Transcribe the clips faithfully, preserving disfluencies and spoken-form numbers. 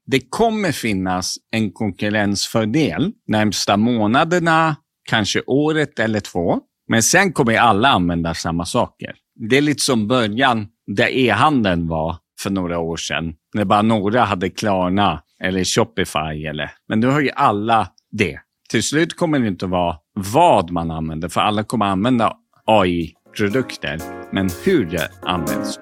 det kommer finnas en konkurrensfördel närmsta månaderna, kanske året eller två. Men sen kommer alla använda samma saker. Det är lite som början där e-handeln var för några år sedan. När bara några hade Klarna eller Shopify. Eller. Men då har ju alla det. Till slut kommer det inte att vara vad man använder. För alla kommer använda A I-produkter. Men hur det används.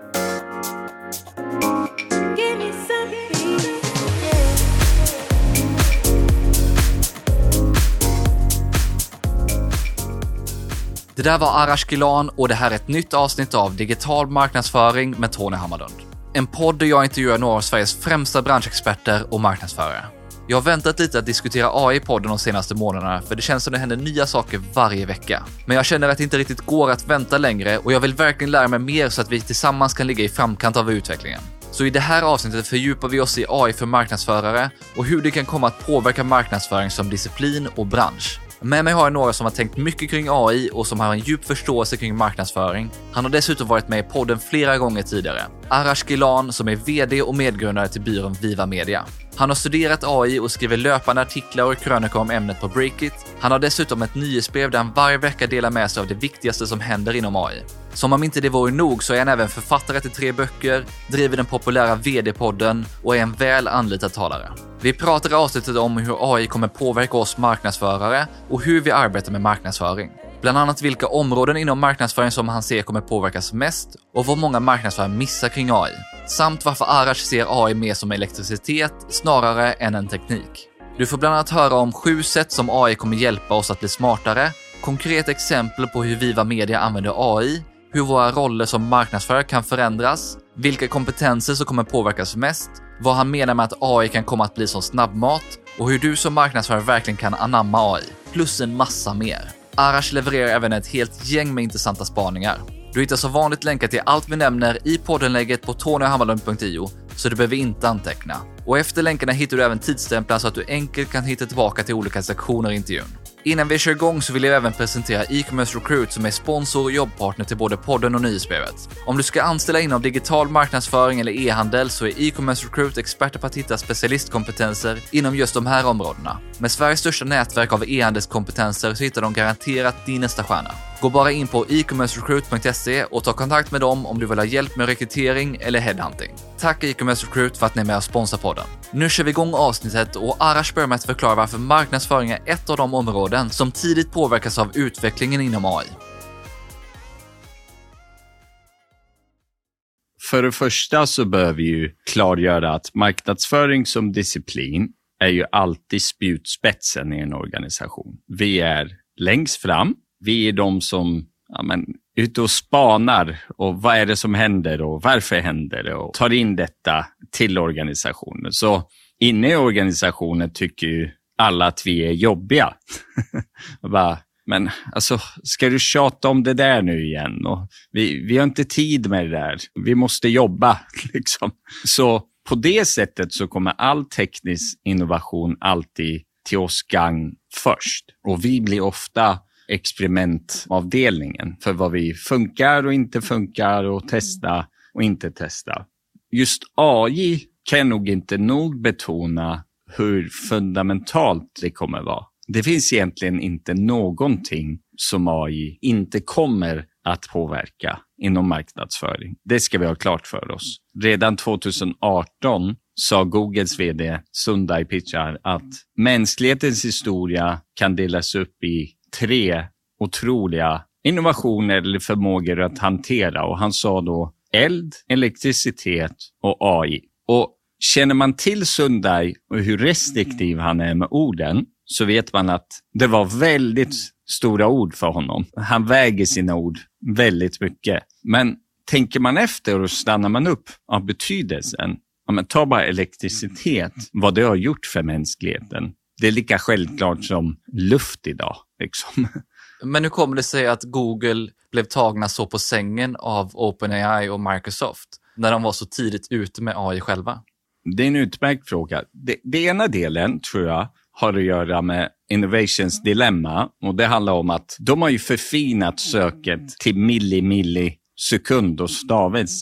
Det där var Arash Gilan och det här är ett nytt avsnitt av Digital marknadsföring med Tony Hammarlund. En podd där jag intervjuar några av Sveriges främsta branschexperter och marknadsförare. Jag har väntat lite att diskutera A I i podden de senaste månaderna för det känns som det händer nya saker varje vecka. Men jag känner att det inte riktigt går att vänta längre och jag vill verkligen lära mig mer så att vi tillsammans kan ligga i framkant av utvecklingen. Så i det här avsnittet fördjupar vi oss i A I för marknadsförare och hur det kan komma att påverka marknadsföring som disciplin och bransch. Med mig har jag några som har tänkt mycket kring A I och som har en djup förståelse kring marknadsföring. Han har dessutom varit med i podden flera gånger tidigare. Arash Gilan som är vd och medgrundare till byrån Viva Media. Han har studerat A I och skriver löpande artiklar och krönikor om ämnet på Breakit. Han har dessutom ett nyhetsbrev där han varje vecka delar med sig av det viktigaste som händer inom A I. Som om inte det vore nog så är han även författare till tre böcker, driver den populära V D-podden och är en väl anlitad talare. Vi pratar i avsnittet om hur A I kommer påverka oss marknadsförare och hur vi arbetar med marknadsföring. Bland annat vilka områden inom marknadsföring som han ser kommer påverkas mest och vad många marknadsförare missar kring A I. Samt varför Arash ser A I mer som elektricitet snarare än en teknik. Du får bland annat höra om sju sätt som A I kommer hjälpa oss att bli smartare, konkreta exempel på hur Viva Media använder A I, hur våra roller som marknadsförare kan förändras, vilka kompetenser som kommer påverkas mest, vad han menar med att A I kan komma att bli som snabbmat och hur du som marknadsförare verkligen kan anamma A I, plus en massa mer. Arash levererar även ett helt gäng med intressanta spaningar. Du hittar som vanligt länkar till allt vi nämner i poddenlägget på tony hammarlund punkt io så du behöver inte anteckna. Och efter länkarna hittar du även tidsstämplar så att du enkelt kan hitta tillbaka till olika sektioner i intervjun. Innan vi kör igång så vill jag även presentera e-commerce recruit som är sponsor och jobbpartner till både podden och nyhetsbrevet. Om du ska anställa inom digital marknadsföring eller e-handel så är e-commerce recruit experter på att hitta specialistkompetenser inom just de här områdena. Med Sveriges största nätverk av e-handelskompetenser så hittar de garanterat din nästa stjärna. Gå bara in på e commerce recruit punkt se och ta kontakt med dem om du vill ha hjälp med rekrytering eller headhunting. Tack e-commerce recruit för att ni är med och sponsrar podden. Nu kör vi igång avsnittet och Arash börjar med att förklara varför marknadsföring är ett av de områden som tidigt påverkas av utvecklingen inom A I. För det första så behöver vi ju klargöra att marknadsföring som disciplin är ju alltid spjutspetsen i en organisation. Vi är längst fram. Vi är de som ja, men, ute och spanar och vad är det som händer och varför händer det och tar in detta till organisationen. Så inne i organisationen tycker ju alla att vi är jobbiga. bara, men alltså, ska du tjata om det där nu igen? Och vi, vi har inte tid med det där. Vi måste jobba. Liksom. Så på det sättet så kommer all teknisk innovation alltid till oss gang först. Och vi blir ofta experimentavdelningen för vad vi funkar och inte funkar och testa och inte testa. Just A I kan nog inte nog betona hur fundamentalt det kommer vara. Det finns egentligen inte någonting som A I inte kommer att påverka inom marknadsföring. Det ska vi ha klart för oss. Redan tjugoarton sa Googles vd Sundar Pichai att mänsklighetens historia kan delas upp i tre otroliga innovationer eller förmågor att hantera. Och han sa då eld, elektricitet och A I. Och känner man till Sundar och hur restriktiv han är med orden så vet man att det var väldigt stora ord för honom. Han väger sina ord väldigt mycket. Men tänker man efter och stannar man upp av betydelsen, ja, men ta bara elektricitet, vad det har gjort för mänskligheten. Det är lika självklart som luft idag. Liksom. Men hur kommer det sig att Google blev tagna så på sängen av OpenAI och Microsoft när de var så tidigt ute med A I själva? Det är en utmärkt fråga. Det, det ena delen tror jag har att göra med Innovations dilemma. Och det handlar om att de har ju förfinat söket till milli-milli sekund och stavelse.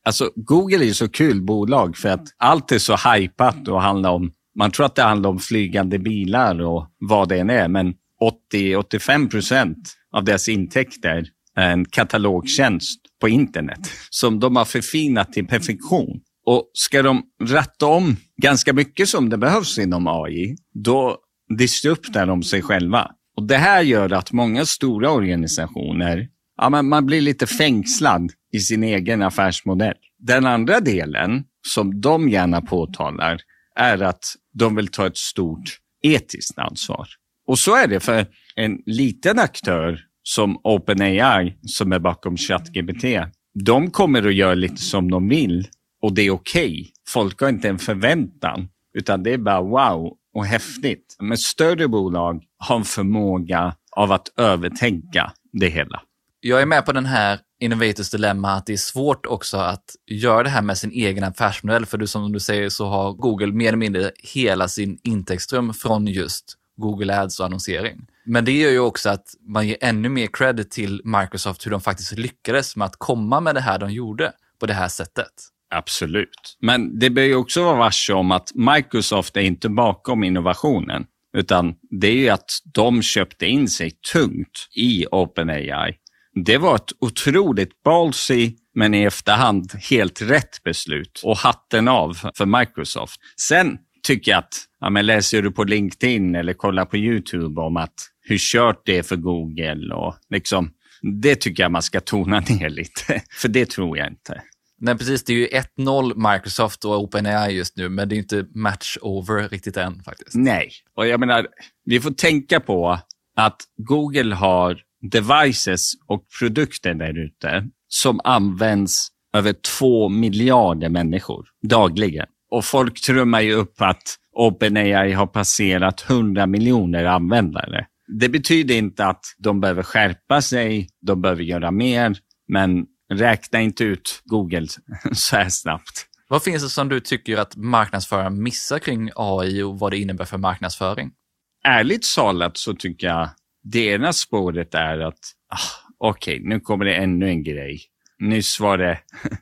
Alltså Google är ju så kul bolag för att allt är så hypat och handlar om, man tror att det handlar om flygande bilar och vad det än är, men åttio till åttiofem procent av deras intäkter är en katalogtjänst på internet som de har förfinat till perfektion. Och ska de rätta om ganska mycket som det behövs inom A I, då disruptar de sig själva. Och det här gör att många stora organisationer, ja, man, man blir lite fängslad i sin egen affärsmodell. Den andra delen som de gärna påtalar är att de vill ta ett stort etiskt ansvar. Och så är det för en liten aktör som OpenAI som är bakom ChatGPT. De kommer att göra lite som de vill och det är okej. Okay. Folk har inte en förväntan utan det är bara wow och häftigt. Men större bolag har en förmåga av att övertänka det hela. Jag är med på den här Innovators dilemma att det är svårt också att göra det här med sin egen affärsmodell. För du, som du säger så har Google mer eller mindre hela sin intäktsström från just Google Ads och annonsering. Men det gör ju också att man ger ännu mer credit till Microsoft hur de faktiskt lyckades med att komma med det här de gjorde på det här sättet. Absolut. Men det bör ju också vara varse om att Microsoft är inte bakom innovationen. Utan det är ju att de köpte in sig tungt i OpenAI. Det var ett otroligt ballsy men i efterhand helt rätt beslut. Och hatten av för Microsoft. Sen tycker jag att, ja, men läser du på LinkedIn eller kollar på YouTube om att hur kört det är för Google och liksom, det tycker jag man ska tona ner lite. För det tror jag inte. Nej, precis. Det är ju ett noll Microsoft och OpenAI just nu, men det är inte match over riktigt än faktiskt. Nej, och jag menar, vi får tänka på att Google har devices och produkter där ute som används över två miljarder människor dagligen. Och folk trummar ju upp att OpenAI har passerat hundra miljoner användare. Det betyder inte att de behöver skärpa sig, de behöver göra mer, men räkna inte ut Google så här snabbt. Vad finns det som du tycker att marknadsförare missar kring A I och vad det innebär för marknadsföring? Ärligt talat så tycker jag det ena spåret är att ah, okej, okay, nu kommer det ännu en grej. Nyss var det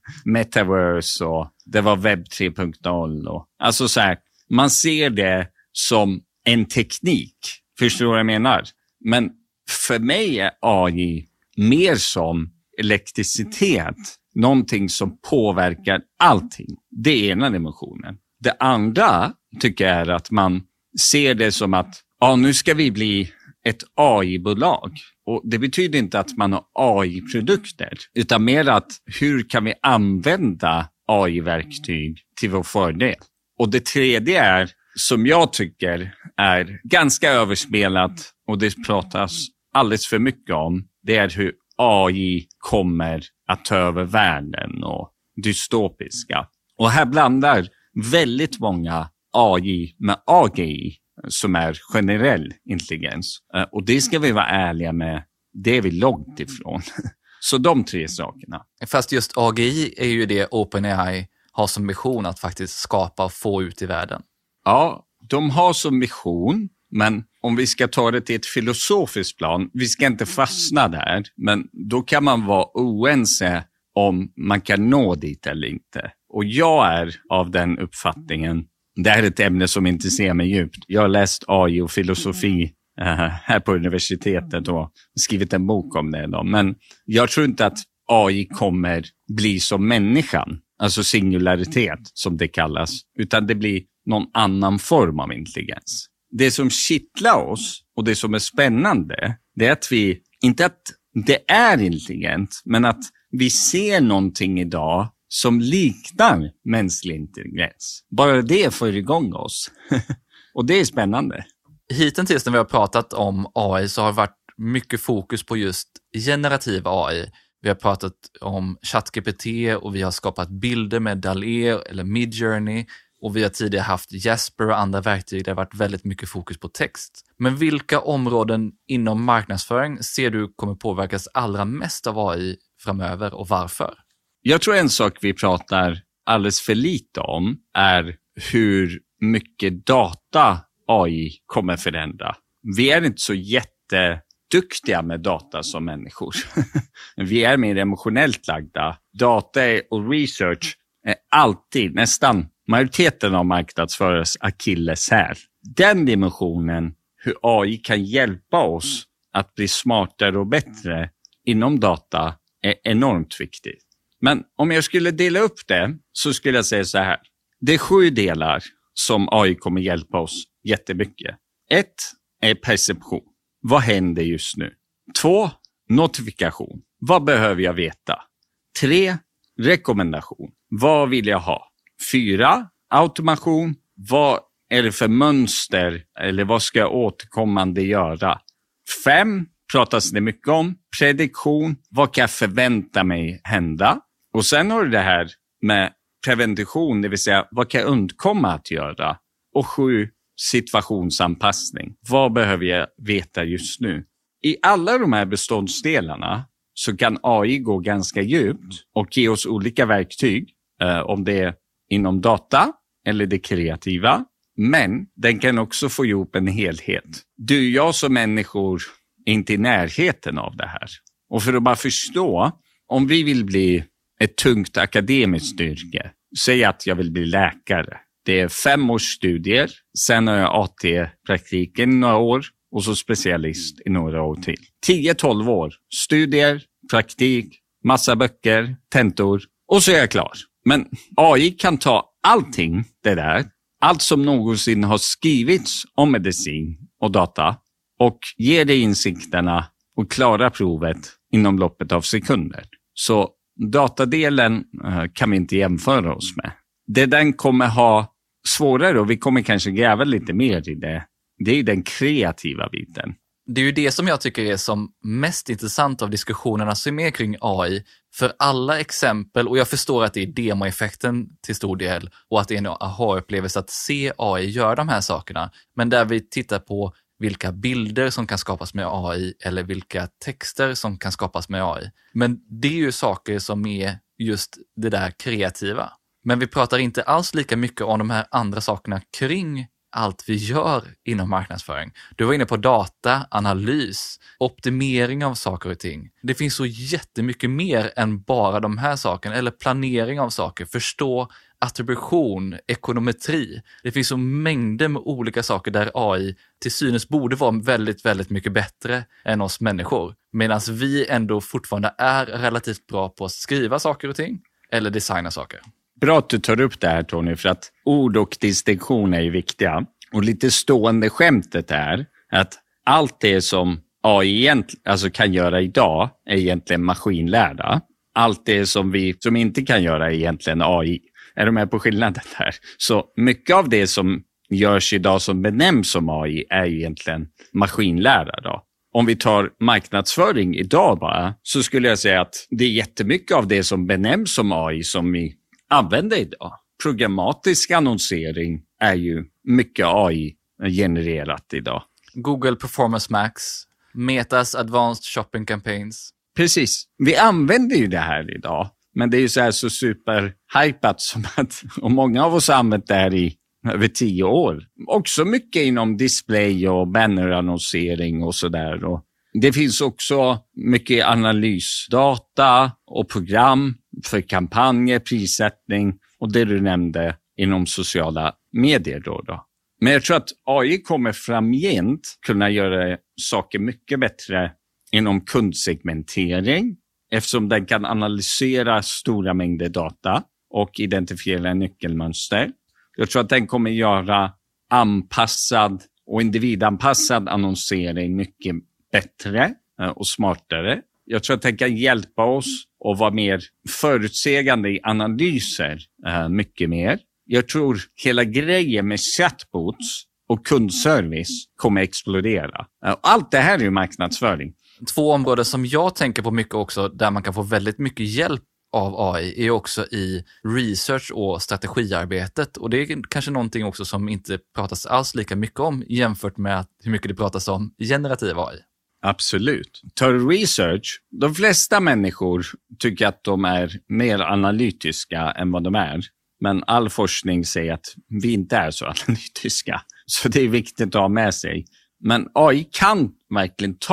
metaverse och det var webb tre punkt noll. Och, alltså så här, man ser det som en teknik. Förstår du vad jag menar? Men för mig är A I mer som elektricitet. Någonting som påverkar allting. Det är ena dimensionen. Det andra tycker jag är att man ser det som att ja, nu ska vi bli ett A I-bolag. Och det betyder inte att man har A I-produkter. Utan mer att hur kan vi använda A I-verktyg till vår fördel. Och det tredje är, som jag tycker är ganska överspelat och det pratas alldeles för mycket om. Det är hur A I kommer att ta över världen och dystopiska. Och här blandar väldigt många A I med A G I som är generell intelligens. Och det ska vi vara ärliga med, det är vi långt ifrån. Så de tre sakerna. Fast just A G I är ju det OpenAI har som mission att faktiskt skapa och få ut i världen. Ja, de har som mission, men om vi ska ta det till ett filosofiskt plan, vi ska inte fastna där, men då kan man vara oense om man kan nå dit eller inte. Och jag är av den uppfattningen, det här är ett ämne som intresserar mig djupt. Jag har läst A I och filosofi äh, här på universitetet och skrivit en bok om det då. Men jag tror inte att A I kommer bli som människan, alltså singularitet som det kallas, utan det blir någon annan form av intelligens. Det som kittlar oss och det som är spännande, det är att vi, inte att det är intelligent, men att vi ser någonting idag som liknar mänsklig intelligens. Bara det får igång oss. Och det är spännande. Hittills när vi har pratat om A I så har det varit mycket fokus på just generativ A I. Vi har pratat om ChatGPT och vi har skapat bilder med DALL-E eller Midjourney. Och vi har tidigare haft Jasper och andra verktyg där det har varit väldigt mycket fokus på text. Men vilka områden inom marknadsföring ser du kommer påverkas allra mest av A I framöver och varför? Jag tror en sak vi pratar alldeles för lite om är hur mycket data A I kommer förändra. Vi är inte så jätte duktiga med data som människor. Vi är mer emotionellt lagda. Data och research är alltid, nästan majoriteten av marknadsförares akilleshäl. Den dimensionen, hur A I kan hjälpa oss att bli smartare och bättre inom data, är enormt viktigt. Men om jag skulle dela upp det så skulle jag säga så här. Det är sju delar som A I kommer hjälpa oss jättemycket. Ett är perception. Vad händer just nu? Två, notifikation. Vad behöver jag veta? Tre, rekommendation. Vad vill jag ha? Fyra, automation. Vad är det för mönster eller vad ska jag återkommande göra? Fem, pratas det mycket om. Prediktion. Vad kan jag förvänta mig hända? Och sen har du det här med prevention, det vill säga vad kan jag undkomma att göra? Och sju, situationsanpassning. Vad behöver jag veta just nu? I alla de här beståndsdelarna så kan A I gå ganska djupt och ge oss olika verktyg, eh, om det är inom data eller det kreativa. Men den kan också få ihop en helhet. Du och jag som människor är inte i närheten av det här. Och för att bara förstå, om vi vill bli ett tungt akademiskt yrke, säg att jag vill bli läkare. Det är fem års studier, sen har jag A T-praktiken i några år och så specialist i några år till. tio till tolv år, studier, praktik, massa böcker, tentor och så är jag klar. Men A I kan ta allting det där, allt som någonsin har skrivits om medicin och data och ge dig insikterna och klara provet inom loppet av sekunder. Så datadelen uh, kan vi inte jämföra oss med. Det den kommer ha svårare, och vi kommer kanske gräva lite mer i det, det är den kreativa biten. Det är ju det som jag tycker är som mest intressant av diskussionerna som är kring A I. För alla exempel, och jag förstår att det är demoeffekten till stor del och att det är en aha-upplevelse att se A I göra de här sakerna. Men där vi tittar på vilka bilder som kan skapas med A I eller vilka texter som kan skapas med A I. Men det är ju saker som är just det där kreativa. Men vi pratar inte alls lika mycket om de här andra sakerna kring allt vi gör inom marknadsföring. Du var inne på data, analys, optimering av saker och ting. Det finns så jättemycket mer än bara de här sakerna, eller planering av saker, förstå attribution, ekonometri. Det finns så mängder med olika saker där A I till synes borde vara väldigt, väldigt mycket bättre än oss människor. Medan vi ändå fortfarande är relativt bra på att skriva saker och ting eller designa saker. Bra att du tar upp det här, Tony, för att ord och distinktion är ju viktiga. Och lite stående skämtet är att allt det som A I egentligen, alltså kan göra idag är egentligen maskinlärda. Allt det som vi som inte kan göra är egentligen A I. Är de med på skillnaden här? Så mycket av det som görs idag som benämns som A I är egentligen maskinlärda då. Om vi tar marknadsföring idag bara, så skulle jag säga att det är jättemycket av det som benämns som A I som vi använder idag. Programmatisk annonsering är ju mycket A I-genererat idag. Google Performance Max, Metas Advanced Shopping Campaigns. Precis. Vi använder ju det här idag. Men det är ju så här så superhypat som att, och många av oss har använt det här i över tio år. Också mycket inom display och bannerannonsering och sådär. Och det finns också mycket analysdata och program för kampanjer, prissättning och det du nämnde inom sociala medier då då. Men jag tror att A I kommer framgent kunna göra saker mycket bättre inom kundsegmentering, eftersom den kan analysera stora mängder data och identifiera nyckelmönster. Jag tror att den kommer göra anpassad och individanpassad annonsering mycket bättre och smartare. Jag tror att den kan hjälpa oss att vara mer förutsägande i analyser mycket mer. Jag tror hela grejen med chatbots och kundservice kommer explodera. Allt det här är ju marknadsföring. Två områden som jag tänker på mycket också, där man kan få väldigt mycket hjälp av A I, är också i research och strategiarbetet. Och det är kanske någonting också som inte pratas alls lika mycket om jämfört med hur mycket det pratas om generativ A I. Absolut. Tar research, de flesta människor tycker att de är mer analytiska än vad de är. Men all forskning säger att vi inte är så analytiska. Så det är viktigt att ha med sig. Men A I kan verkligen ta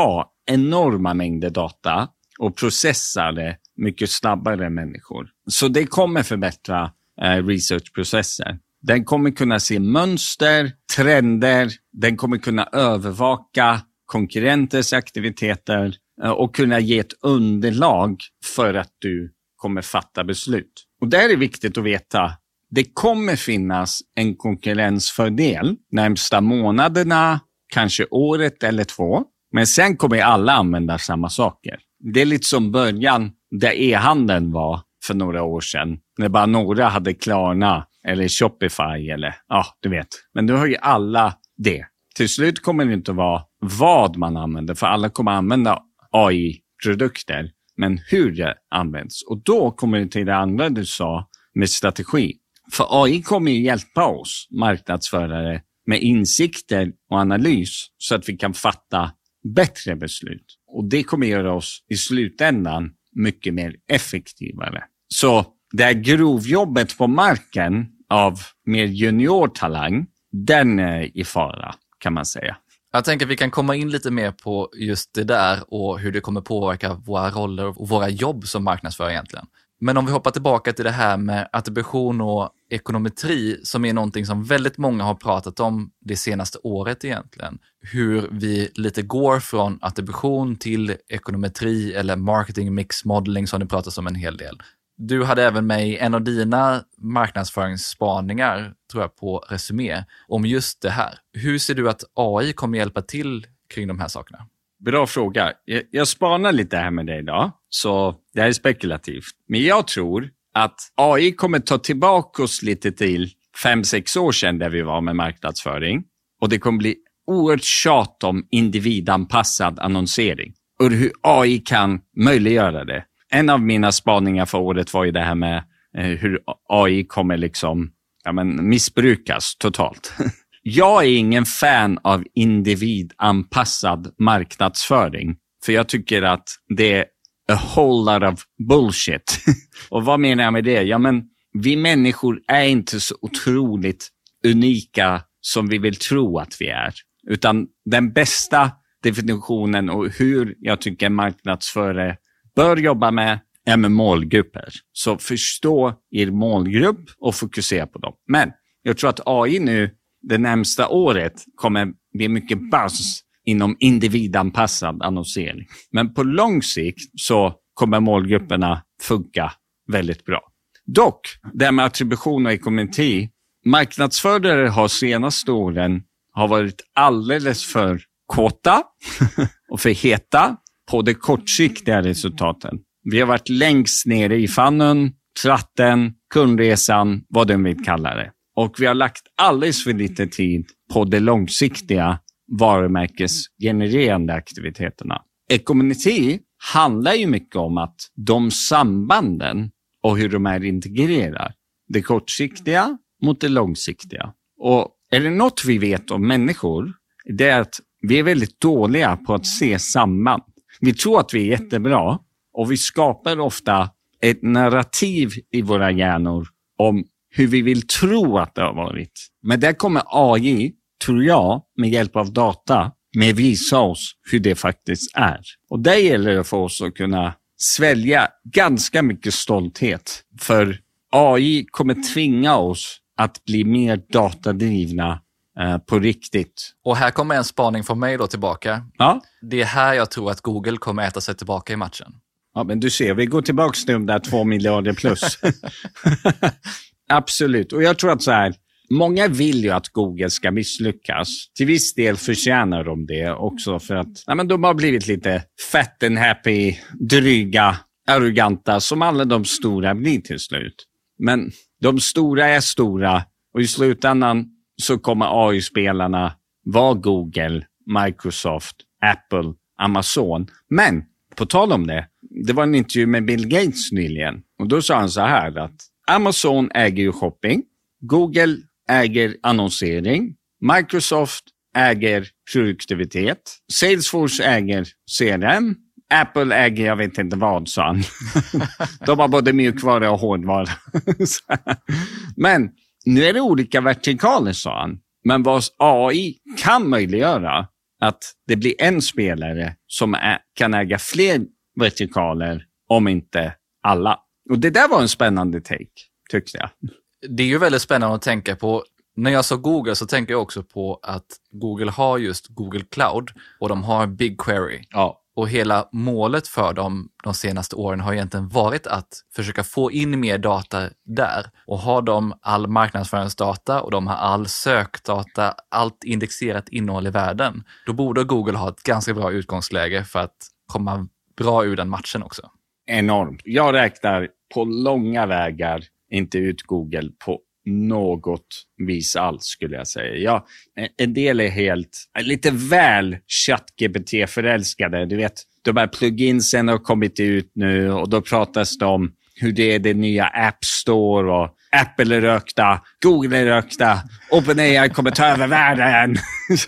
enorma mängder data och processar det mycket snabbare än människor. Så det kommer förbättra eh, researchprocesser. Den kommer kunna se mönster, trender, den kommer kunna övervaka konkurrenters aktiviteter eh, och kunna ge ett underlag för att du kommer fatta beslut. Och där är det viktigt att veta, det kommer finnas en konkurrensfördel närmsta månaderna, kanske året eller två. Men sen kommer alla använda samma saker. Det är lite som början där e-handeln var för några år sedan. När bara några hade Klarna eller Shopify eller ja, du vet. Men nu har ju alla det. Till slut kommer det inte att vara vad man använder, för alla kommer använda A I-produkter. Men hur det används. Och då kommer det till det andra du sa med strategi. För A I kommer ju hjälpa oss, marknadsförare, med insikter och analys så att vi kan fatta bättre beslut. Och det kommer göra oss i slutändan mycket mer effektivare. Så det här grovjobbet på marken av mer juniortalang, den är i fara kan man säga. Jag tänker att vi kan komma in lite mer på just det där och hur det kommer påverka våra roller och våra jobb som marknadsförare egentligen. Men om vi hoppar tillbaka till det här med attribution och ekonometri som är någonting som väldigt många har pratat om det senaste året egentligen. Hur vi lite går från attribution till ekonometri eller marketing mix modeling som det pratas om en hel del. Du hade även med i en av dina marknadsföringsspaningar, tror jag, på Resumé om just det här. Hur ser du att A I kommer hjälpa till kring de här sakerna? Bra fråga. Jag, jag spanar lite här med dig idag, så det här är spekulativt. Men jag tror att A I kommer ta tillbaka oss lite till fem sex år sedan där vi var med marknadsföring. Och det kommer bli oerhört tjat om individanpassad annonsering. Och hur A I kan möjliggöra det. En av mina spaningar för året var ju det här med eh, hur A I kommer liksom ja, men missbrukas totalt. Jag är ingen fan av individanpassad marknadsföring. För jag tycker att det är a whole lot of bullshit. Och vad menar jag med det? Ja, men vi människor är inte så otroligt unika som vi vill tro att vi är. Utan den bästa definitionen och hur jag tycker marknadsförare bör jobba med är med målgrupper. Så förstå er målgrupp och fokusera på dem. Men jag tror att A I nu det närmsta året kommer bli mycket buzz inom individanpassad annonsering. Men på lång sikt så kommer målgrupperna funka väldigt bra. Dock, det med attribution och ekonometri, marknadsförare har senaste åren har varit alldeles för kåta och för heta på de kortsiktiga resultaten. Vi har varit längst nere i funneln, tratten, kundresan, vad de vill kalla det. Och vi har lagt alldeles för lite tid på de långsiktiga varumärkesgenererande aktiviteterna. Ekonometri handlar ju mycket om att de sambanden och hur de är integrerar. Det kortsiktiga mot det långsiktiga. Och är det något vi vet om människor, det är att vi är väldigt dåliga på att se samband. Vi tror att vi är jättebra och vi skapar ofta ett narrativ i våra hjärnor om hur vi vill tro att det har varit. Men där kommer A I, tror jag, med hjälp av data, med visa oss hur det faktiskt är. Och där gäller det för oss att kunna svälja ganska mycket stolthet. För A I kommer tvinga oss att bli mer datadrivna eh, på riktigt. Och här kommer en spaning från mig då tillbaka. Ja. Det är här jag tror att Google kommer äta sig tillbaka i matchen. Ja, men du ser, vi går tillbaka till de där två miljarder plus. Absolut, och jag tror att så här, många vill ju att Google ska misslyckas. Till viss del förtjänar de det också för att ja, men de har blivit lite fat and happy, dryga, arroganta som alla de stora blir till slut. Men de stora är stora och i slutändan så kommer A I-spelarna vara Google, Microsoft, Apple, Amazon. Men på tal om det, det var en intervju med Bill Gates nyligen och då sa han så här att Amazon äger ju shopping, Google äger annonsering, Microsoft äger produktivitet, Salesforce äger C R M, Apple äger jag vet inte vad, sa han. De har både mjukvara och hårdvara. Men nu är det olika vertikaler, sa han. Men vad A I kan möjliggöra att det blir en spelare som är, kan äga fler vertikaler, om inte alla. Och det där var en spännande take, tyckte jag. Det är ju väldigt spännande att tänka på. När jag sa Google så tänker jag också på att Google har just Google Cloud och de har BigQuery. Ja. Och hela målet för dem de senaste åren har egentligen varit att försöka få in mer data där. Och har de all marknadsföringsdata och de har all sökdata, allt indexerat innehåll i världen, då borde Google ha ett ganska bra utgångsläge för att komma bra ur den matchen också. Enormt. Jag räknar på långa vägar inte ut Google på något vis alls, skulle jag säga. Ja, en del är helt, lite väl ChatGPT-förälskade. Du vet, de här pluginsen har kommit ut nu och då pratas det om hur det är det nya App Store och Apple är rökta, Google är rökta, OpenAI kommer ta över världen.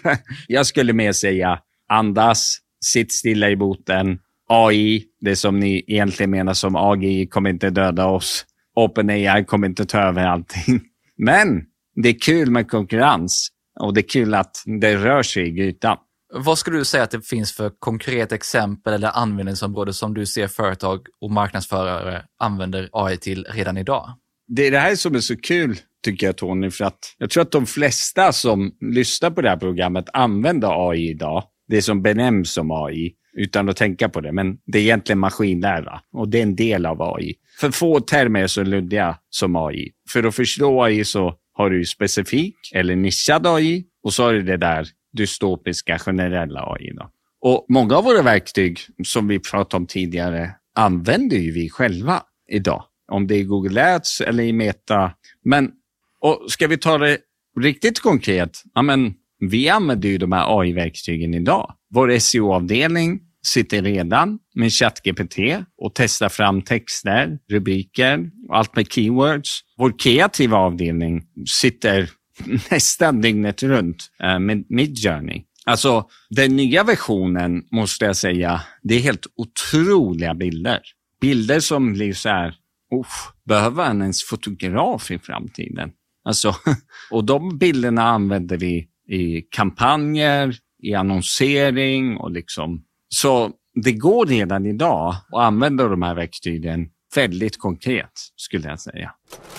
Jag skulle mer säga, andas, sitt stilla i boten. A I, det som ni egentligen menar som A G I, kommer inte döda oss. OpenAI kommer inte ta över allting. Men det är kul med konkurrens och det är kul att det rör sig i grytan. Vad skulle du säga att det finns för konkret exempel eller användningsområde som du ser företag och marknadsförare använder A I till redan idag? Det är det här som är så kul, tycker jag, Tony, för att jag tror att de flesta som lyssnar på det här programmet använder A I idag. Det som benämns som A I, utan att tänka på det. Men det är egentligen maskinlära och det är en del av A I. För få termer är så luddiga som A I. För att förstå A I så har du specifik eller nischad A I och så har du det där dystopiska generella A I då. Och många av våra verktyg som vi pratade om tidigare använder ju vi själva idag. Om det är Google Ads eller i Meta. Men och ska vi ta det riktigt konkret, ja men vi använder ju de här A I-verktygen idag. Vår S E O-avdelning sitter redan med ChatGPT och testar fram texter, rubriker och allt med keywords. Vår kreativa avdelning sitter nästan dygnet runt med Midjourney. Alltså, den nya versionen måste jag säga, det är helt otroliga bilder. Bilder som blir så här, uff, behöver han ens fotograf i framtiden? Alltså, och de bilderna använder vi i kampanjer, i annonsering och liksom. Så det går redan idag att använda de här verktygen väldigt konkret, skulle jag säga.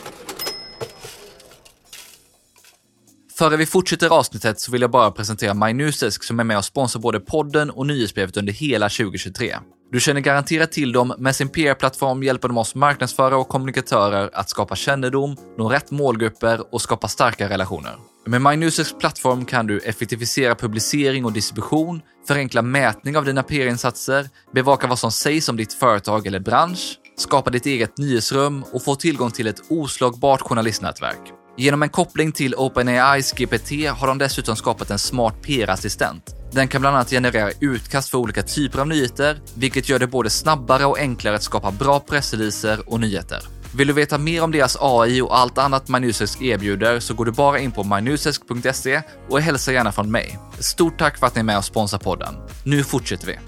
Före vi fortsätter avsnittet så vill jag bara presentera MyNewsDesk som är med och sponsrar både podden och nyhetsbrevet under hela tjugo tjugotre. Du känner garanterat till dem. Med sin P R-plattform hjälper de oss marknadsförare och kommunikatörer att skapa kännedom, nå rätt målgrupper och skapa starka relationer. Med MyNewsDesks plattform kan du effektivisera publicering och distribution, förenkla mätning av dina P R-insatser, bevaka vad som sägs om ditt företag eller bransch, skapa ditt eget nyhetsrum och få tillgång till ett oslagbart journalistnätverk. Genom en koppling till OpenAIs G P T har de dessutom skapat en smart P R-assistent. Den kan bland annat generera utkast för olika typer av nyheter, vilket gör det både snabbare och enklare att skapa bra pressreleaser och nyheter. Vill du veta mer om deras A I och allt annat MyNewsDesk erbjuder så går du bara in på my newsdesk punkt se och hälsa gärna från mig. Stort tack för att ni är med och sponsrar podden. Nu fortsätter vi.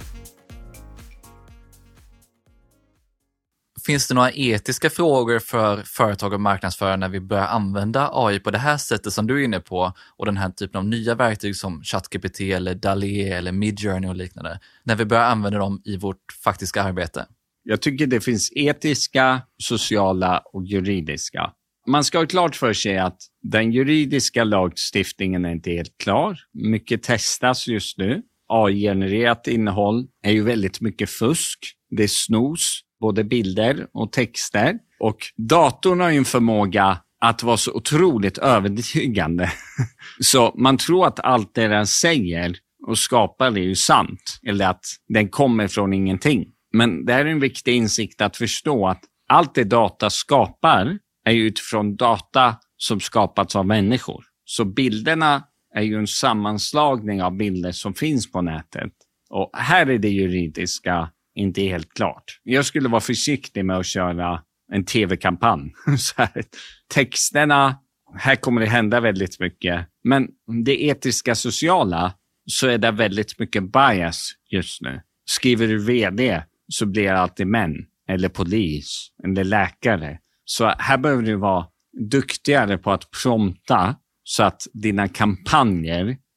Finns det några etiska frågor för företag och marknadsförare när vi börjar använda A I på det här sättet som du är inne på och den här typen av nya verktyg som ChatGPT eller DALL-E eller Midjourney och liknande, när vi börjar använda dem i vårt faktiska arbete? Jag tycker det finns etiska, sociala och juridiska. Man ska ha klart för sig att den juridiska lagstiftningen är inte helt klar. Mycket testas just nu. A I-genererat innehåll är ju väldigt mycket fusk. Det är snus. Både bilder och texter. Och datorn har ju en förmåga att vara så otroligt övertygande. Så man tror att allt det den säger och skapar är ju sant. Eller att den kommer från ingenting. Men det är en viktig insikt att förstå att allt det data skapar är ju utifrån data som skapats av människor. Så bilderna är ju en sammanslagning av bilder som finns på nätet. Och här är det juridiska inte helt klart. Jag skulle vara försiktig med att köra en tv-kampanj. Så här, texterna, här kommer det hända väldigt mycket. Men det etiska sociala så är det väldigt mycket bias just nu. Skriver du vd så blir det alltid män. Eller polis. Eller läkare. Så här behöver du vara duktigare på att prompta så att dina kampanjer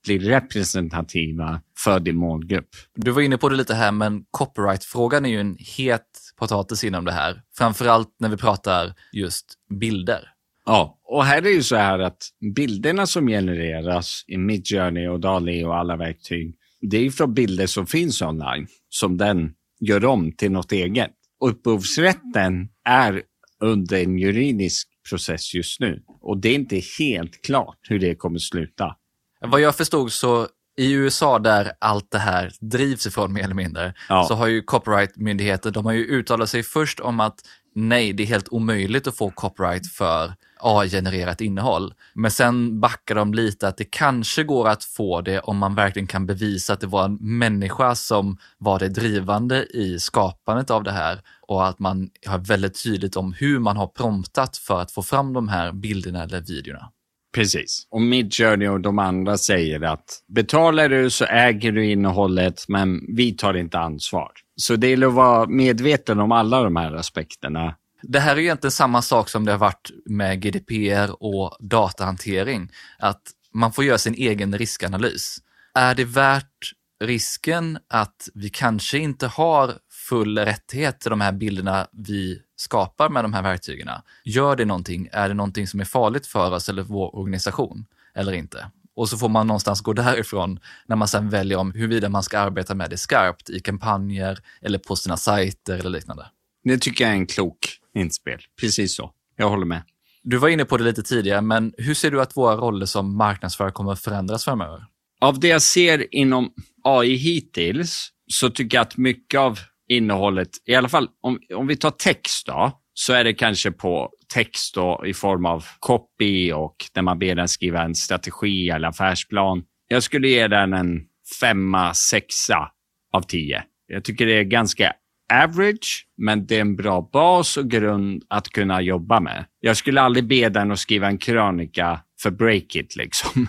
bli representativa för din målgrupp. Du var inne på det lite här, men copyright-frågan är ju en het potatis inom det här. Framförallt när vi pratar just bilder. Ja, och här är det ju så här att bilderna som genereras i Midjourney och DALL-E och alla verktyg, det är ju från bilder som finns online som den gör om till något eget. Och upphovsrätten är under en juridisk process just nu. Och det är inte helt klart hur det kommer sluta. Vad jag förstod så i U S A där allt det här drivs ifrån mer eller mindre, ja. Så har ju copyright-myndigheter, de har ju uttalat sig först om att nej, det är helt omöjligt att få copyright för A I-genererat innehåll. Men sen backar de lite att det kanske går att få det om man verkligen kan bevisa att det var en människa som var det drivande i skapandet av det här och att man har väldigt tydligt om hur man har promptat för att få fram de här bilderna eller videorna. Precis. Och Midjourney och de andra säger att betalar du så äger du innehållet, men vi tar inte ansvar. Så det är att vara medveten om alla de här aspekterna. Det här är egentligen samma sak som det har varit med G D P R och datahantering. Att man får göra sin egen riskanalys. Är det värt risken att vi kanske inte har full rättighet till de här bilderna vi skapar med de här verktygen? Gör det någonting? Är det någonting som är farligt för oss eller vår organisation eller inte? Och så får man någonstans gå därifrån när man sen väljer om huruvida man ska arbeta med det skarpt i kampanjer eller på sina sajter eller liknande. Det tycker jag är en klok inspel. Precis så. Jag håller med. Du var inne på det lite tidigare, men hur ser du att våra roller som marknadsförare kommer att förändras framöver? Av det jag ser inom A I hittills så tycker jag att mycket av innehållet, i alla fall om, om vi tar text då, så är det kanske på text då, i form av copy och när man ber den skriva en strategi eller affärsplan. Jag skulle ge den en femma, sexa av tio. Jag tycker det är ganska average, men det är en bra bas och grund att kunna jobba med. Jag skulle aldrig be den att skriva en krönika för Breakit liksom.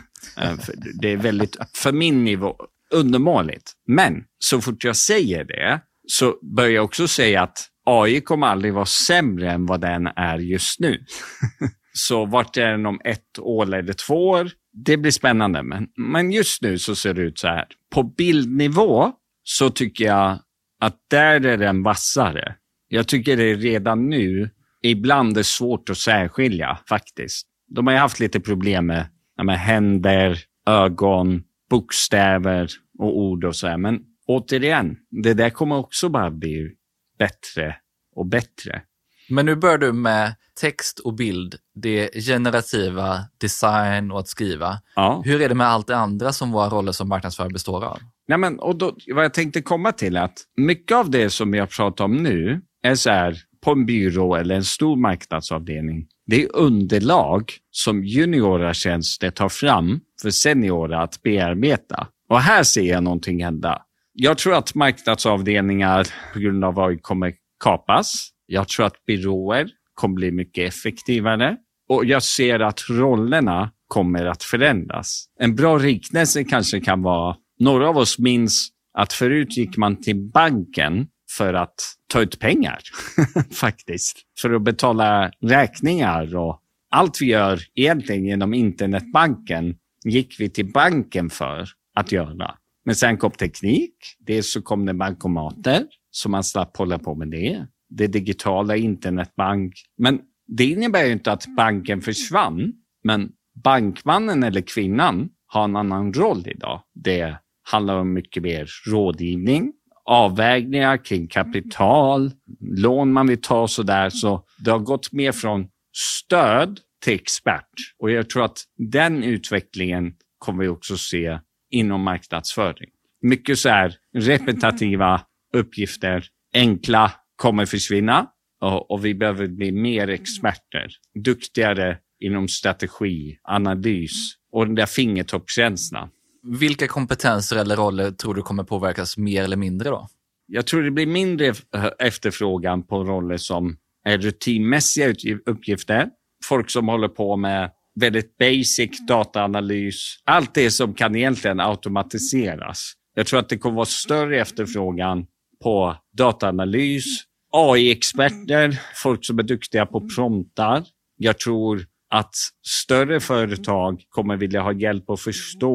Det är väldigt, för min nivå, undermåligt. Men så fort jag säger det så börjar jag också säga att A I kommer aldrig vara sämre än vad den är just nu. Så vart är den om ett år eller två år? Det blir spännande. Men, men just nu så ser det ut så här. På bildnivå så tycker jag att där är den vassare. Jag tycker det redan nu ibland är svårt att särskilja faktiskt. De har ju haft lite problem med, med händer, ögon, bokstäver och ord och så här. Men återigen, det där kommer också bara bli bättre och bättre. Men nu börjar du med text och bild, det generativa, design och att skriva. Ja. Hur är det med allt det andra som våra roller som marknadsförare består av? Nej, men, och då, vad jag tänkte komma till är att mycket av det som jag pratar om nu är så här på en byrå eller en stor marknadsavdelning. Det är underlag som juniora tjänster tar fram för seniora att bearbeta. Och här ser jag någonting hända. Jag tror att marknadsavdelningar på grund av vad kommer kapas. Jag tror att byråer kommer bli mycket effektivare. Och jag ser att rollerna kommer att förändras. En bra liknelse kanske kan vara, några av oss minns att förut gick man till banken för att ta ut pengar. Faktiskt. För att betala räkningar och allt vi gör egentligen genom internetbanken gick vi till banken för att göra. Men sen kom teknik. Dels så kom det bankomater så man slapp hålla på med det. Det digitala internetbank. Men det innebär ju inte att banken försvann. Men bankmannen eller kvinnan har en annan roll idag. Det handlar om mycket mer rådgivning, avvägningar kring kapital, lån man vill ta och sådär. Så det har gått mer från stöd till expert. Och jag tror att den utvecklingen kommer vi också se inom marknadsföring. Mycket så här repetitiva uppgifter, enkla kommer försvinna och, och vi behöver bli mer experter, duktigare inom strategi, analys och den där fingertoppskänslan. Vilka kompetenser eller roller tror du kommer påverkas mer eller mindre då? Jag tror det blir mindre efterfrågan på roller som är rutinmässiga uppgifter. Folk som håller på med väldigt basic dataanalys. Allt det som kan egentligen automatiseras. Jag tror att det kommer vara större efterfrågan på dataanalys, A I-experter, folk som är duktiga på promptar. Jag tror att större företag kommer vilja ha hjälp att förstå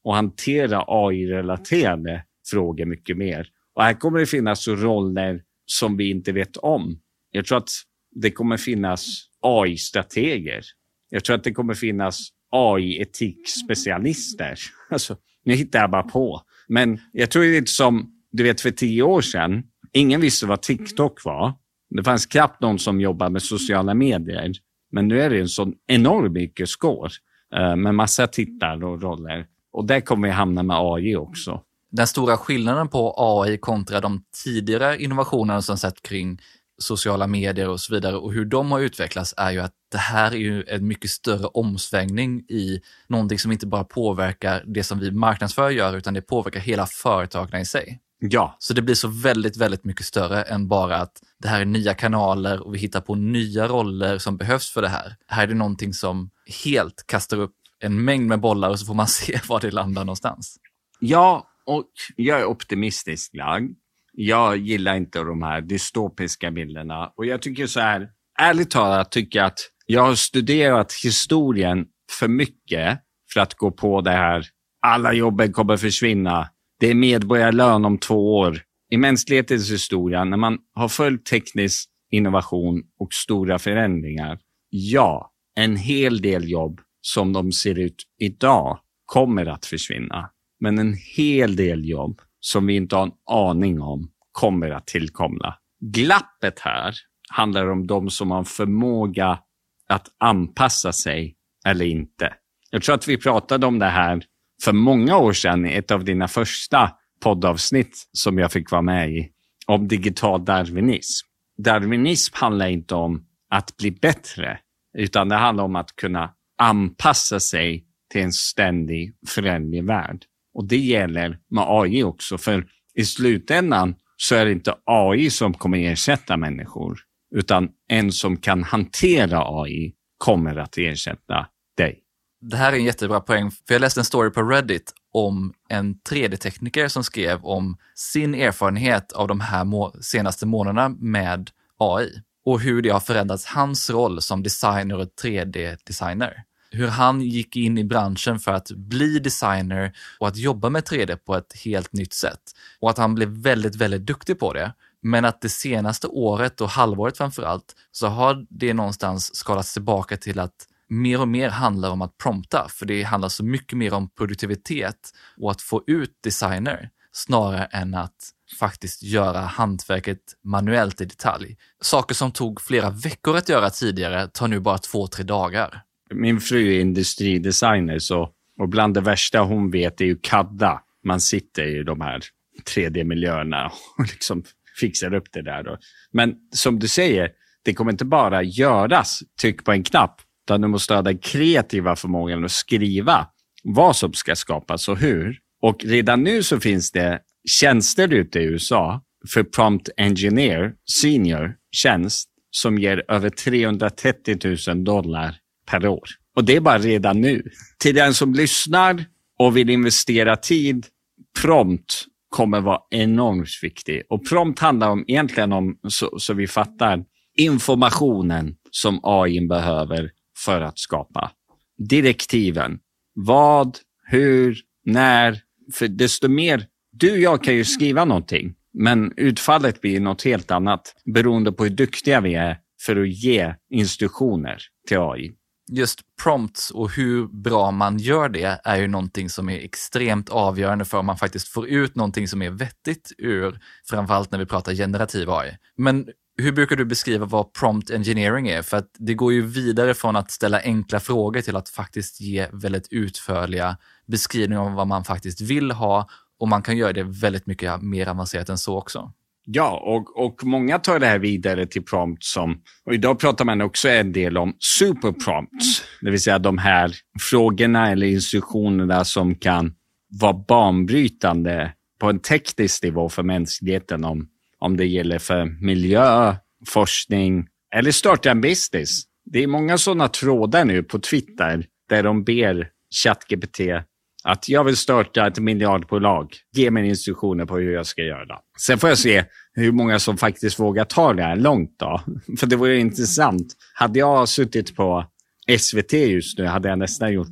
och hantera A I-relaterade frågor mycket mer. Och här kommer det finnas roller som vi inte vet om. Jag tror att det kommer finnas A I-strateger. Jag tror att det kommer finnas A I-etikspecialister. Alltså, nu hittar jag bara på. Men jag tror det är som, du vet, för tio år sedan, ingen visste vad TikTok var. Det fanns knappt någon som jobbade med sociala medier. Men nu är det en sån enorm yrkeskår uh, med massa tittare och roller. Och där kommer vi hamna med A I också. Den stora skillnaden på A I kontra de tidigare innovationerna som sett kring sociala medier och så vidare och hur de har utvecklats är ju att det här är ju en mycket större omsvängning i någonting som inte bara påverkar det som vi marknadsför gör, utan det påverkar hela företagen i sig. Ja. Så det blir så väldigt, väldigt mycket större än bara att det här är nya kanaler och vi hittar på nya roller som behövs för det här. Här är det någonting som helt kastar upp en mängd med bollar och så får man se var det landar någonstans. Ja, och jag är optimistisk lagd. Jag gillar inte de här dystopiska bilderna. Och jag tycker så här, ärligt talat tycker jag att jag har studerat historien för mycket för att gå på det här. Alla jobben kommer försvinna. Det är medborgarlön om två år. I mänsklighetens historia, när man har följt teknisk innovation och stora förändringar, ja, en hel del jobb som de ser ut idag kommer att försvinna. Men en hel del jobb som vi inte har en aning om kommer att tillkomma. Glappet här handlar om de som har förmåga att anpassa sig eller inte. Jag tror att vi pratade om det här för många år sedan i ett av dina första poddavsnitt som jag fick vara med i, om digital darwinism. Darwinism handlar inte om att bli bättre, utan det handlar om att kunna anpassa sig till en ständig föränderlig värld. Och det gäller med A I också, för i slutändan så är det inte A I som kommer ersätta människor, utan en som kan hantera A I kommer att ersätta dig. Det här är en jättebra poäng, för jag läste en story på Reddit om en tre D-tekniker som skrev om sin erfarenhet av de här må- senaste månaderna med A I och hur det har förändrats hans roll som designer och tre D-designer. Hur han gick in i branschen för att bli designer och att jobba med tre D på ett helt nytt sätt. Och att han blev väldigt, väldigt duktig på det. Men att det senaste året och halvåret framförallt så har det någonstans skalats tillbaka till att mer och mer handlar om att prompta. För det handlar så mycket mer om produktivitet och att få ut designer snarare än att faktiskt göra hantverket manuellt i detalj. Saker som tog flera veckor att göra tidigare tar nu bara två, tre dagar. Min fru är industridesigner, så, och bland det värsta hon vet är ju kadda. Man sitter i de här tre D-miljöerna och liksom fixar upp det där då. Men som du säger, det kommer inte bara göras, tryck på en knapp, utan du måste ha den kreativa förmågan att skriva vad som ska skapas och hur. Och redan nu så finns det tjänster ute i U S A för prompt engineer, senior tjänst, som ger över trehundratrettio tusen dollar per år. Och det är bara redan nu. Till den som lyssnar och vill investera tid, prompt kommer vara enormt viktig. Och prompt handlar om, egentligen om, så, så vi fattar, informationen som A I behöver för att skapa. Direktiven. Vad, hur, när. För desto mer, du och jag kan ju skriva någonting, men utfallet blir något helt annat beroende på hur duktiga vi är för att ge instruktioner till A I. Just prompts och hur bra man gör det är ju någonting som är extremt avgörande för om man faktiskt får ut någonting som är vettigt ur, framförallt när vi pratar generativ A I. Men hur brukar du beskriva vad prompt engineering är? För att det går ju vidare från att ställa enkla frågor till att faktiskt ge väldigt utförliga beskrivningar om vad man faktiskt vill ha, och man kan göra det väldigt mycket mer avancerat än så också. Ja, och, och många tar det här vidare till prompt som, och idag pratar man också en del om superprompts, det vill säga de här frågorna eller instruktionerna som kan vara banbrytande på en teknisk nivå för mänskligheten, om, om det gäller för miljö, forskning eller starta en business. Det är många sådana trådar nu på Twitter där de ber ChatGPT att jag vill starta ett miljardbolag. Ge mig instruktioner på hur jag ska göra. Sen får jag se hur många som faktiskt vågar ta det här långt då. För det vore intressant. Hade jag suttit på S V T just nu hade jag nästan gjort en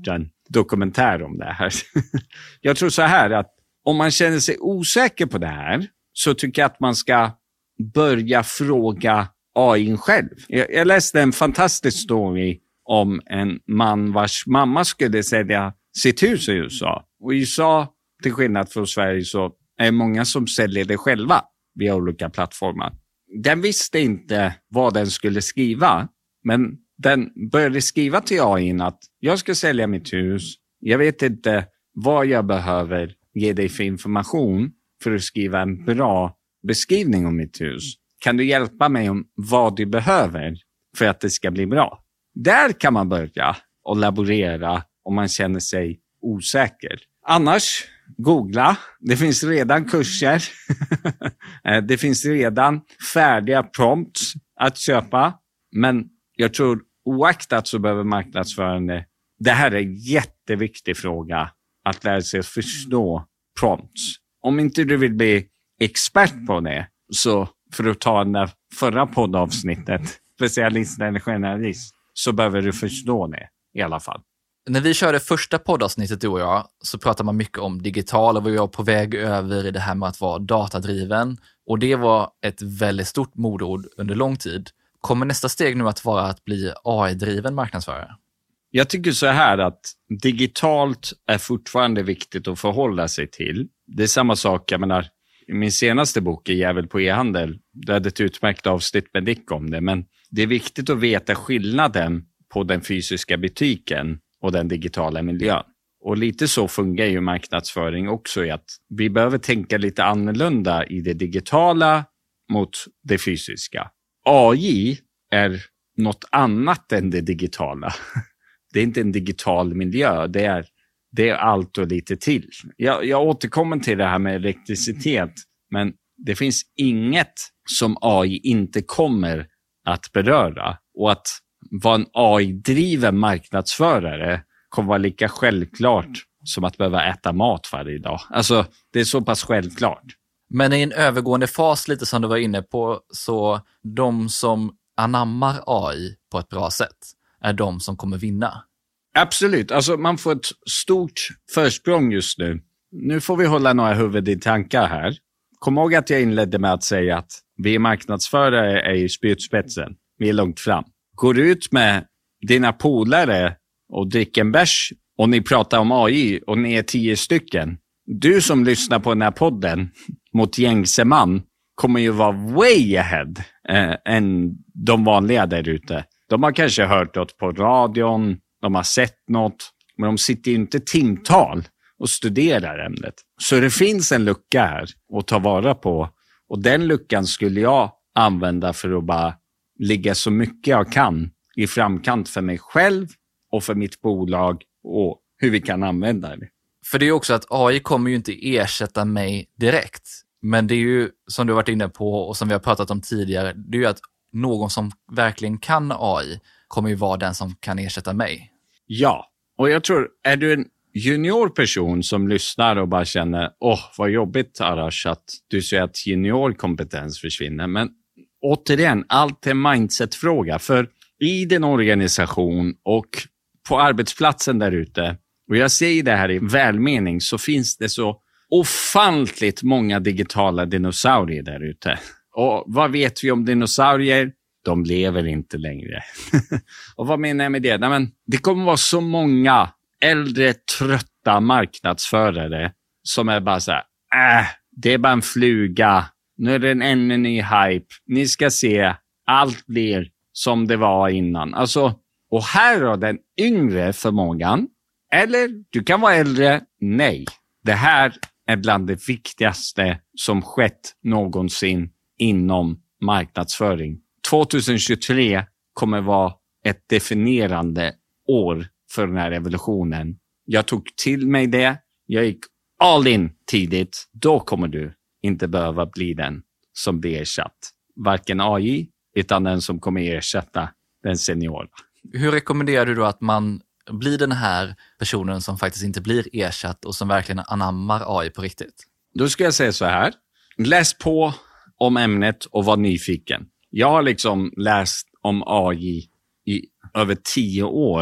dokumentär om det här. Jag tror så här att om man känner sig osäker på det här så tycker jag att man ska börja fråga A I själv. Jag, jag läste en fantastisk story om en man vars mamma skulle sälja sitt hus i U S A. Och i U S A, till skillnad från Sverige, så är många som säljer det själva via olika plattformar. Den visste inte vad den skulle skriva, men den började skriva till A I att jag ska sälja mitt hus. Jag vet inte vad jag behöver ge dig för information för att skriva en bra beskrivning om mitt hus. Kan du hjälpa mig om vad du behöver för att det ska bli bra? Där kan man börja och laborera om man känner sig osäker. Annars, googla. Det finns redan kurser. Det finns redan färdiga prompts att köpa. Men jag tror oaktat så behöver marknadsförande. Det här är en jätteviktig fråga. Att lära sig att förstå prompts. Om inte du vill bli expert på det, så för att ta den där förra poddavsnittet, specialist eller generalist, så behöver du förstå det i alla fall. När vi körde första poddavsnittet, du och jag, så pratade man mycket om digital och vi var på väg över i det här med att vara datadriven. Och det var ett väldigt stort modord under lång tid. Kommer nästa steg nu att vara att bli A I-driven marknadsförare? Jag tycker så här att digitalt är fortfarande viktigt att förhålla sig till. Det är samma sak, jag menar, i min senaste bok, Jävel på e-handel, det hade ett utmärkt avsnitt med Dick om det. Men det är viktigt att veta skillnaden på den fysiska butiken och den digitala miljön. Och lite så fungerar ju marknadsföring också i att vi behöver tänka lite annorlunda i det digitala mot det fysiska. A I är något annat än det digitala. Det är inte en digital miljö, det är, det är allt och lite till. Jag, jag återkommer till det här med elektricitet, men det finns inget som A I inte kommer att beröra. Och att vara en A I-driven marknadsförare kommer vara lika självklart som att behöva äta mat varje dag. Alltså, det är så pass självklart. Men i en övergående fas, lite som du var inne på, så de som anammar A I på ett bra sätt är de som kommer vinna. Absolut, alltså man får ett stort försprång just nu. Nu får vi hålla några huvud i tankar här. Kom ihåg att jag inledde med att säga att vi marknadsförare är i spjutspetsen. Vi är långt fram. Går du ut med dina polare och dricker en bärs och ni pratar om A I och ni är tio stycken. Du som lyssnar på den här podden mot gängse man kommer ju vara way ahead eh, än de vanliga där ute. De har kanske hört något på radion, de har sett något, men de sitter ju inte timtal och studerar ämnet. Så det finns en lucka här att ta vara på, och den luckan skulle jag använda för att bara ligga så mycket jag kan i framkant för mig själv och för mitt bolag och hur vi kan använda det. För det är ju också att A I kommer ju inte ersätta mig direkt. Men det är ju, som du har varit inne på och som vi har pratat om tidigare, det är ju att någon som verkligen kan A I kommer ju vara den som kan ersätta mig. Ja, och jag tror, är du en junior person som lyssnar och bara känner, åh oh, vad jobbigt Arash att du säger att juniorkompetens försvinner. Men återigen, allt är mindset-fråga. För i din organisation och på arbetsplatsen där ute, och jag säger det här i välmening, så finns det så ofantligt många digitala dinosaurier där ute. Och vad vet vi om dinosaurier? De lever inte längre. Och vad menar jag med det? Nej, men det kommer vara så många äldre, trötta marknadsförare som är bara så här, äh, det är bara en fluga. Nu är det en ännu ny hype. Ni ska se, allt blir som det var innan. Alltså, och här har den yngre förmågan. Eller, du kan vara äldre. Nej, det här är bland det viktigaste som skett någonsin inom marknadsföring. tjugohundratjugotre kommer vara ett definierande år för den här revolutionen. Jag tog till mig det. Jag gick all in tidigt. Då kommer du inte behöva bli den som blir ersatt. Varken A I, utan den som kommer ersätta den seniora. Hur rekommenderar du då att man blir den här personen som faktiskt inte blir ersatt och som verkligen anammar A I på riktigt? Då ska jag säga så här. Läs på om ämnet och var nyfiken. Jag har liksom läst om A I i över tio år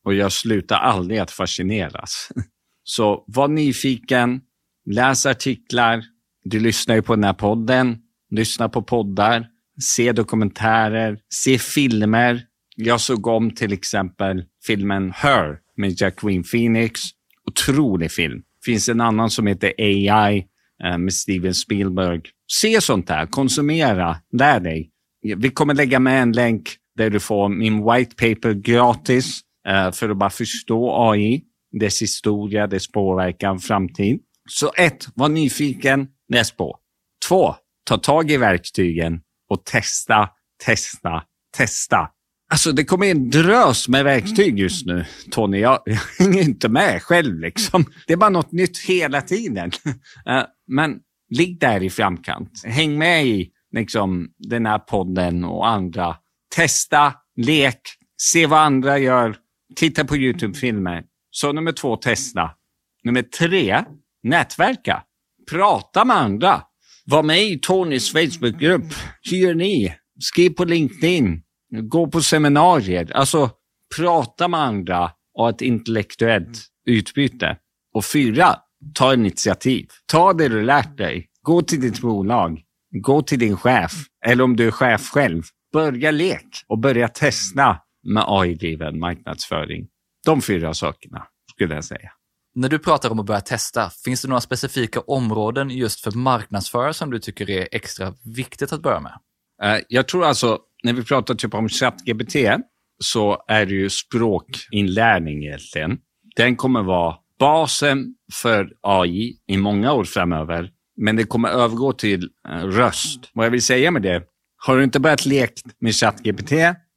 och jag slutar aldrig att fascineras. Så var nyfiken, läs artiklar, du lyssnar ju på den här podden, lyssna på poddar, se dokumentärer, se filmer. Jag såg om till exempel filmen Her med Joaquin Phoenix. Otrolig film. Finns en annan som heter A I eh, med Steven Spielberg. Se sånt här, konsumera, lär dig. Vi kommer lägga med en länk där du får min white paper gratis eh, för att bara förstå A I, dess historia, dess påverkan, framtid. Så ett, var nyfiken, läs på. Två, ta tag i verktygen och testa, testa, testa. Alltså det kommer en drös med verktyg just nu, Tony. Jag, jag hänger inte med själv liksom. Det är bara något nytt hela tiden. Uh, men ligg där i framkant. Häng med i liksom, den här podden och andra. Testa, lek, se vad andra gör. Titta på YouTube-filmer. Så nummer två, testa. Nummer tre, nätverka. Prata med andra. Var med i Tonys Facebook-grupp. Hur gör ni? Skriv på LinkedIn. Gå på seminarier. Alltså, prata med andra och ett intellektuellt utbyte. Och fyra, ta initiativ. Ta det du lärt dig. Gå till ditt bolag. Gå till din chef. Eller om du är chef själv. Börja lek och börja testa med A I-driven marknadsföring. De fyra sakerna skulle jag säga. När du pratar om att börja testa, finns det några specifika områden just för marknadsförare som du tycker är extra viktigt att börja med? Uh, jag tror alltså, när vi pratar typ om ChatGPT så är det ju språkinlärning egentligen. Den kommer vara basen för A I i många år framöver. Men det kommer övergå till uh, röst. Vad jag vill säga med det, har du inte börjat leka med ChatGPT,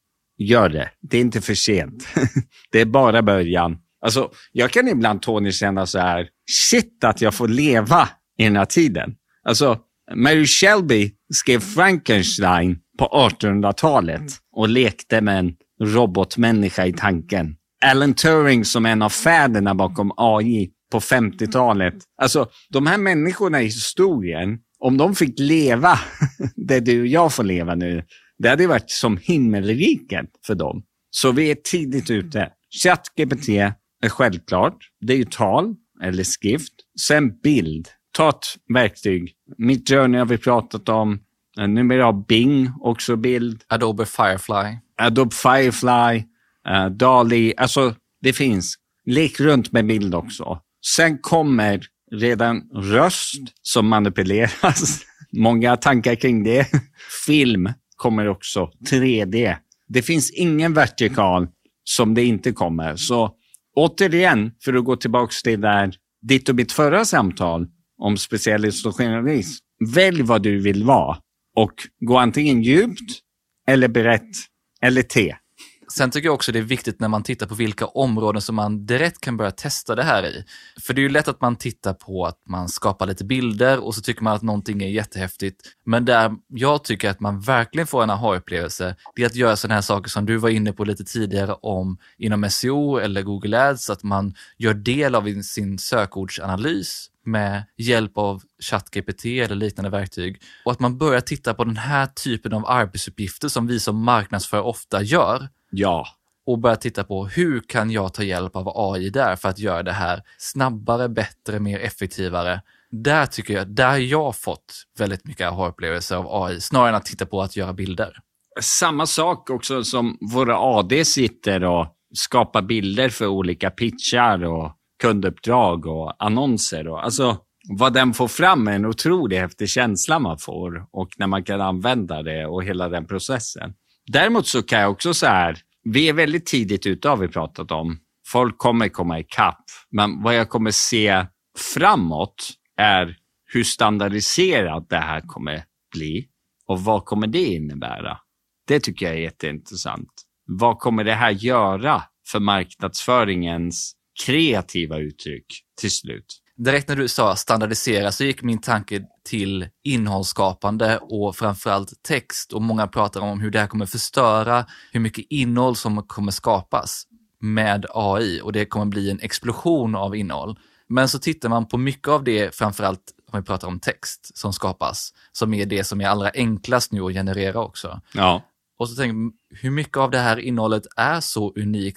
gör det. Det är inte för sent. Det är bara början. Alltså, jag kan ibland, Tony, känna så här, shit att jag får leva i den här tiden. Alltså, Mary Shelley skrev Frankenstein på artonhundratalet och lekte med en robotmänniska i tanken. Alan Turing som en av fäderna bakom A I på femtiotalet. Alltså, de här människorna i historien, om de fick leva det du och jag får leva nu, det hade varit som himmelriket för dem. Så vi är tidigt ute. ChatGPT är självklart. Det är ju tal eller skrift. Sen bild. Ta ett verktyg. Midjourney har vi pratat om. Numera Bing, också bild. Adobe Firefly. Adobe Firefly. Uh, DALL-E. Alltså, det finns. Lek runt med bild också. Sen kommer redan röst som manipuleras. Många tankar kring det. Film kommer också. tre D. Det finns ingen vertikal som det inte kommer. Så återigen, för att gå tillbaka till där ditt och mitt förra samtal om specialist och generalist. Välj vad du vill vara och gå antingen djupt eller brett eller te. Sen tycker jag också det är viktigt när man tittar på vilka områden som man direkt kan börja testa det här i. För det är ju lätt att man tittar på att man skapar lite bilder och så tycker man att någonting är jättehäftigt. Men där jag tycker att man verkligen får en aha-upplevelse, det är att göra sådana här saker som du var inne på lite tidigare om inom S E O eller Google Ads, att man gör del av sin sökordsanalys med hjälp av ChatGPT eller liknande verktyg. Och att man börjar titta på den här typen av arbetsuppgifter som vi som marknadsförare ofta gör. Ja. Och börja titta på hur kan jag ta hjälp av A I där för att göra det här snabbare, bättre, mer effektivare. Där tycker jag, där har jag fått väldigt mycket aha-upplevelser av A I snarare än att titta på att göra bilder. Samma sak också som våra A D sitter och skapar bilder för olika pitchar och kunduppdrag och annonser. Och, alltså vad den får fram är en otrolig häftig känsla man får och när man kan använda det och hela den processen. Däremot så kan jag också så här, vi är väldigt tidigt ute har vi pratat om. Folk kommer komma i kapp. Men vad jag kommer se framåt är hur standardiserat det här kommer bli. Och vad kommer det innebära? Det tycker jag är jätteintressant. Vad kommer det här göra för marknadsföringens kreativa uttryck till slut? Direkt när du sa standardisera så gick min tanke till innehållsskapande och framförallt text. Och många pratar om hur det här kommer förstöra, hur mycket innehåll som kommer skapas med A I. Och det kommer bli en explosion av innehåll. Men så tittar man på mycket av det, framförallt om vi pratar om text som skapas, som är det som är allra enklast nu att generera också. Ja. Och så tänker man, hur mycket av det här innehållet är så unikt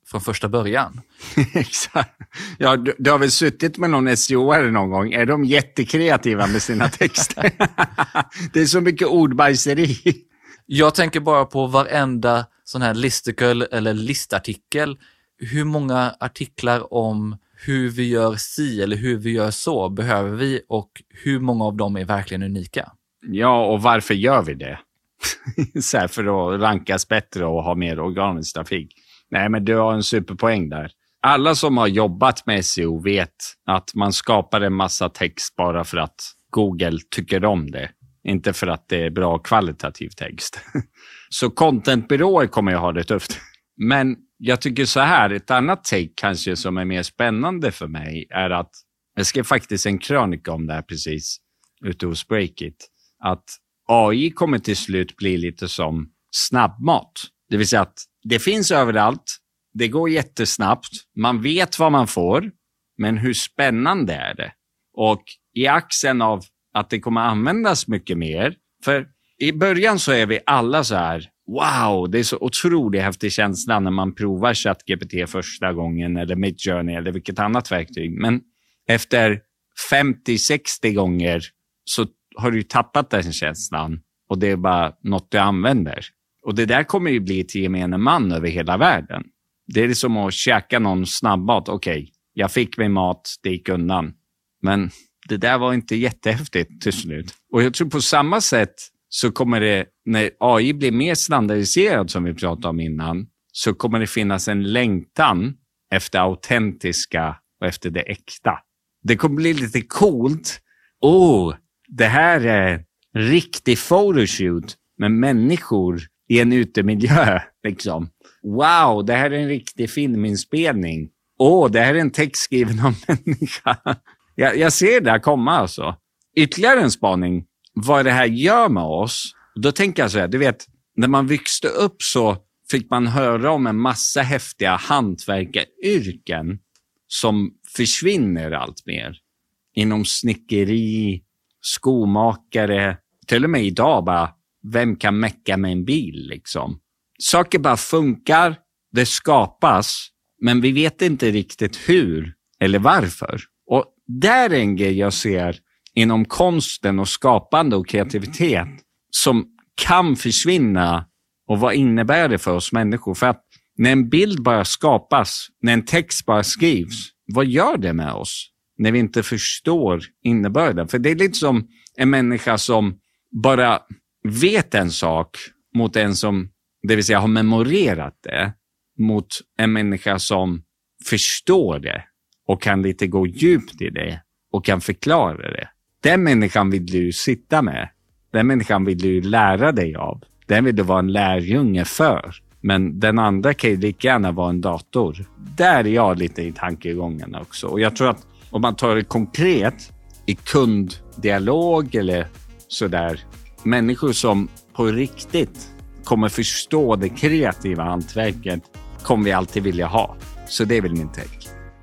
från första början. Exakt. Ja, du, du har väl suttit med någon S E O-are någon gång? Är de jättekreativa med sina texter? Det är så mycket ordbajseri. Jag tänker bara på varenda sån här listicle eller listartikel. Hur många artiklar om hur vi gör si eller hur vi gör så behöver vi, och hur många av dem är verkligen unika? Ja, och varför gör vi det? Så här, för att rankas bättre och ha mer organisk trafik. Nej, men du har en superpoäng där. Alla som har jobbat med S E O vet att man skapar en massa text bara för att Google tycker om det. Inte för att det är bra kvalitativ text. Så contentbyråer kommer jag ha det tufft. Men jag tycker så här, ett annat take kanske som är mer spännande för mig är att, jag skrev faktiskt en krönika om det här precis ute hos Breakit, att A I kommer till slut bli lite som snabbmat. Det vill säga att det finns överallt, det går jättesnabbt, man vet vad man får, men hur spännande är det? Och i axeln av att det kommer användas mycket mer, för i början så är vi alla så här, wow, det är så otroligt häftig känsla när man provar ChatGPT första gången eller Midjourney eller vilket annat verktyg. Men efter femtio sextio gånger så har du tappat den känslan och det är bara något du använder. Och det där kommer ju bli till gemene man över hela världen. Det är som att käka någon snabbmat. Okej, okay, jag fick min mat, det gick undan. Men det där var inte jättehäftigt till slut. Och jag tror på samma sätt så kommer det, när A I blir mer standardiserad som vi pratade om innan, så kommer det finnas en längtan efter autentiska och efter det äkta. Det kommer bli lite coolt. Åh, oh, det här är riktig photoshoot med människor i en utemiljö. Liksom. Wow, det här är en riktig filminspelning. Åh, oh, det här är en text skriven av människa. Jag, jag ser det här komma alltså. Ytterligare en spaning. Vad det här gör med oss. Då tänker jag så här, du vet, när man växte upp så fick man höra om en massa häftiga hantverkaryrken som försvinner allt mer. Inom snickeri, skomakare, till och med idag bara, vem kan mecka med en bil liksom? Saker bara funkar, det skapas, men vi vet inte riktigt hur eller varför. Och där är en grej jag ser inom konsten och skapande och kreativitet som kan försvinna, och vad innebär det för oss människor? För att när en bild bara skapas, när en text bara skrivs, vad gör det med oss när vi inte förstår innebörden? För det är lite som en människa som bara vet en sak mot en som, det vill säga har memorerat det, mot en människa som förstår det och kan lite gå djupt i det och kan förklara det. Den människan vill du sitta med. Den människan vill du lära dig av. Den vill du vara en lärjunge för. Men den andra kan ju lika gärna vara en dator. Där är jag lite i tankegången också. Och jag tror att om man tar det konkret i kunddialog eller sådär. Människor som på riktigt kommer förstå det kreativa hantverket kommer vi alltid vilja ha. Så det är väl min take.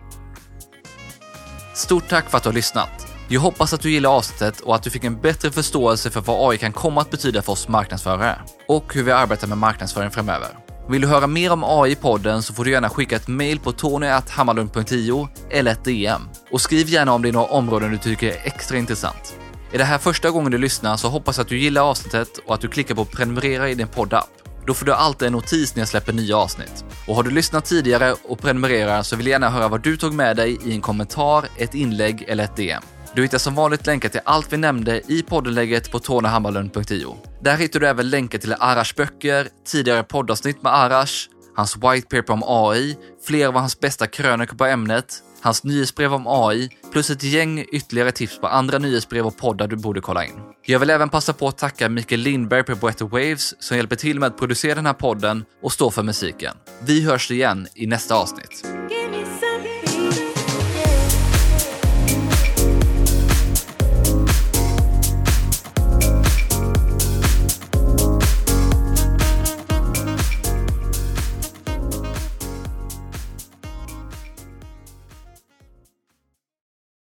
Stort tack för att du har lyssnat. Jag hoppas att du gillar avsnittet och att du fick en bättre förståelse för vad A I kan komma att betyda för oss marknadsförare och hur vi arbetar med marknadsföring framöver. Vill du höra mer om A I i podden så får du gärna skicka ett mejl på tony at hammarlund punkt io eller ett D M. Och skriv gärna om det är några områden du tycker är extra intressant. Är det här första gången du lyssnar så hoppas att du gillar avsnittet och att du klickar på prenumerera i din poddapp. Då får du alltid en notis när jag släpper nya avsnitt. Och har du lyssnat tidigare och prenumererar så vill jag gärna höra vad du tog med dig i en kommentar, ett inlägg eller ett D M. Du hittar som vanligt länkar till allt vi nämnde i poddenlägget på tony hammarlund punkt io. Där hittar du även länkar till Arash böcker, tidigare poddavsnitt med Arash, hans white paper om A I, flera av hans bästa krönikor på ämnet, hans nyhetsbrev om A I, plus ett gäng ytterligare tips på andra nyhetsbrev och poddar du borde kolla in. Jag vill även passa på att tacka Mikael Lindberg på Better Waves som hjälper till med att producera den här podden och stå för musiken. Vi hörs igen i nästa avsnitt.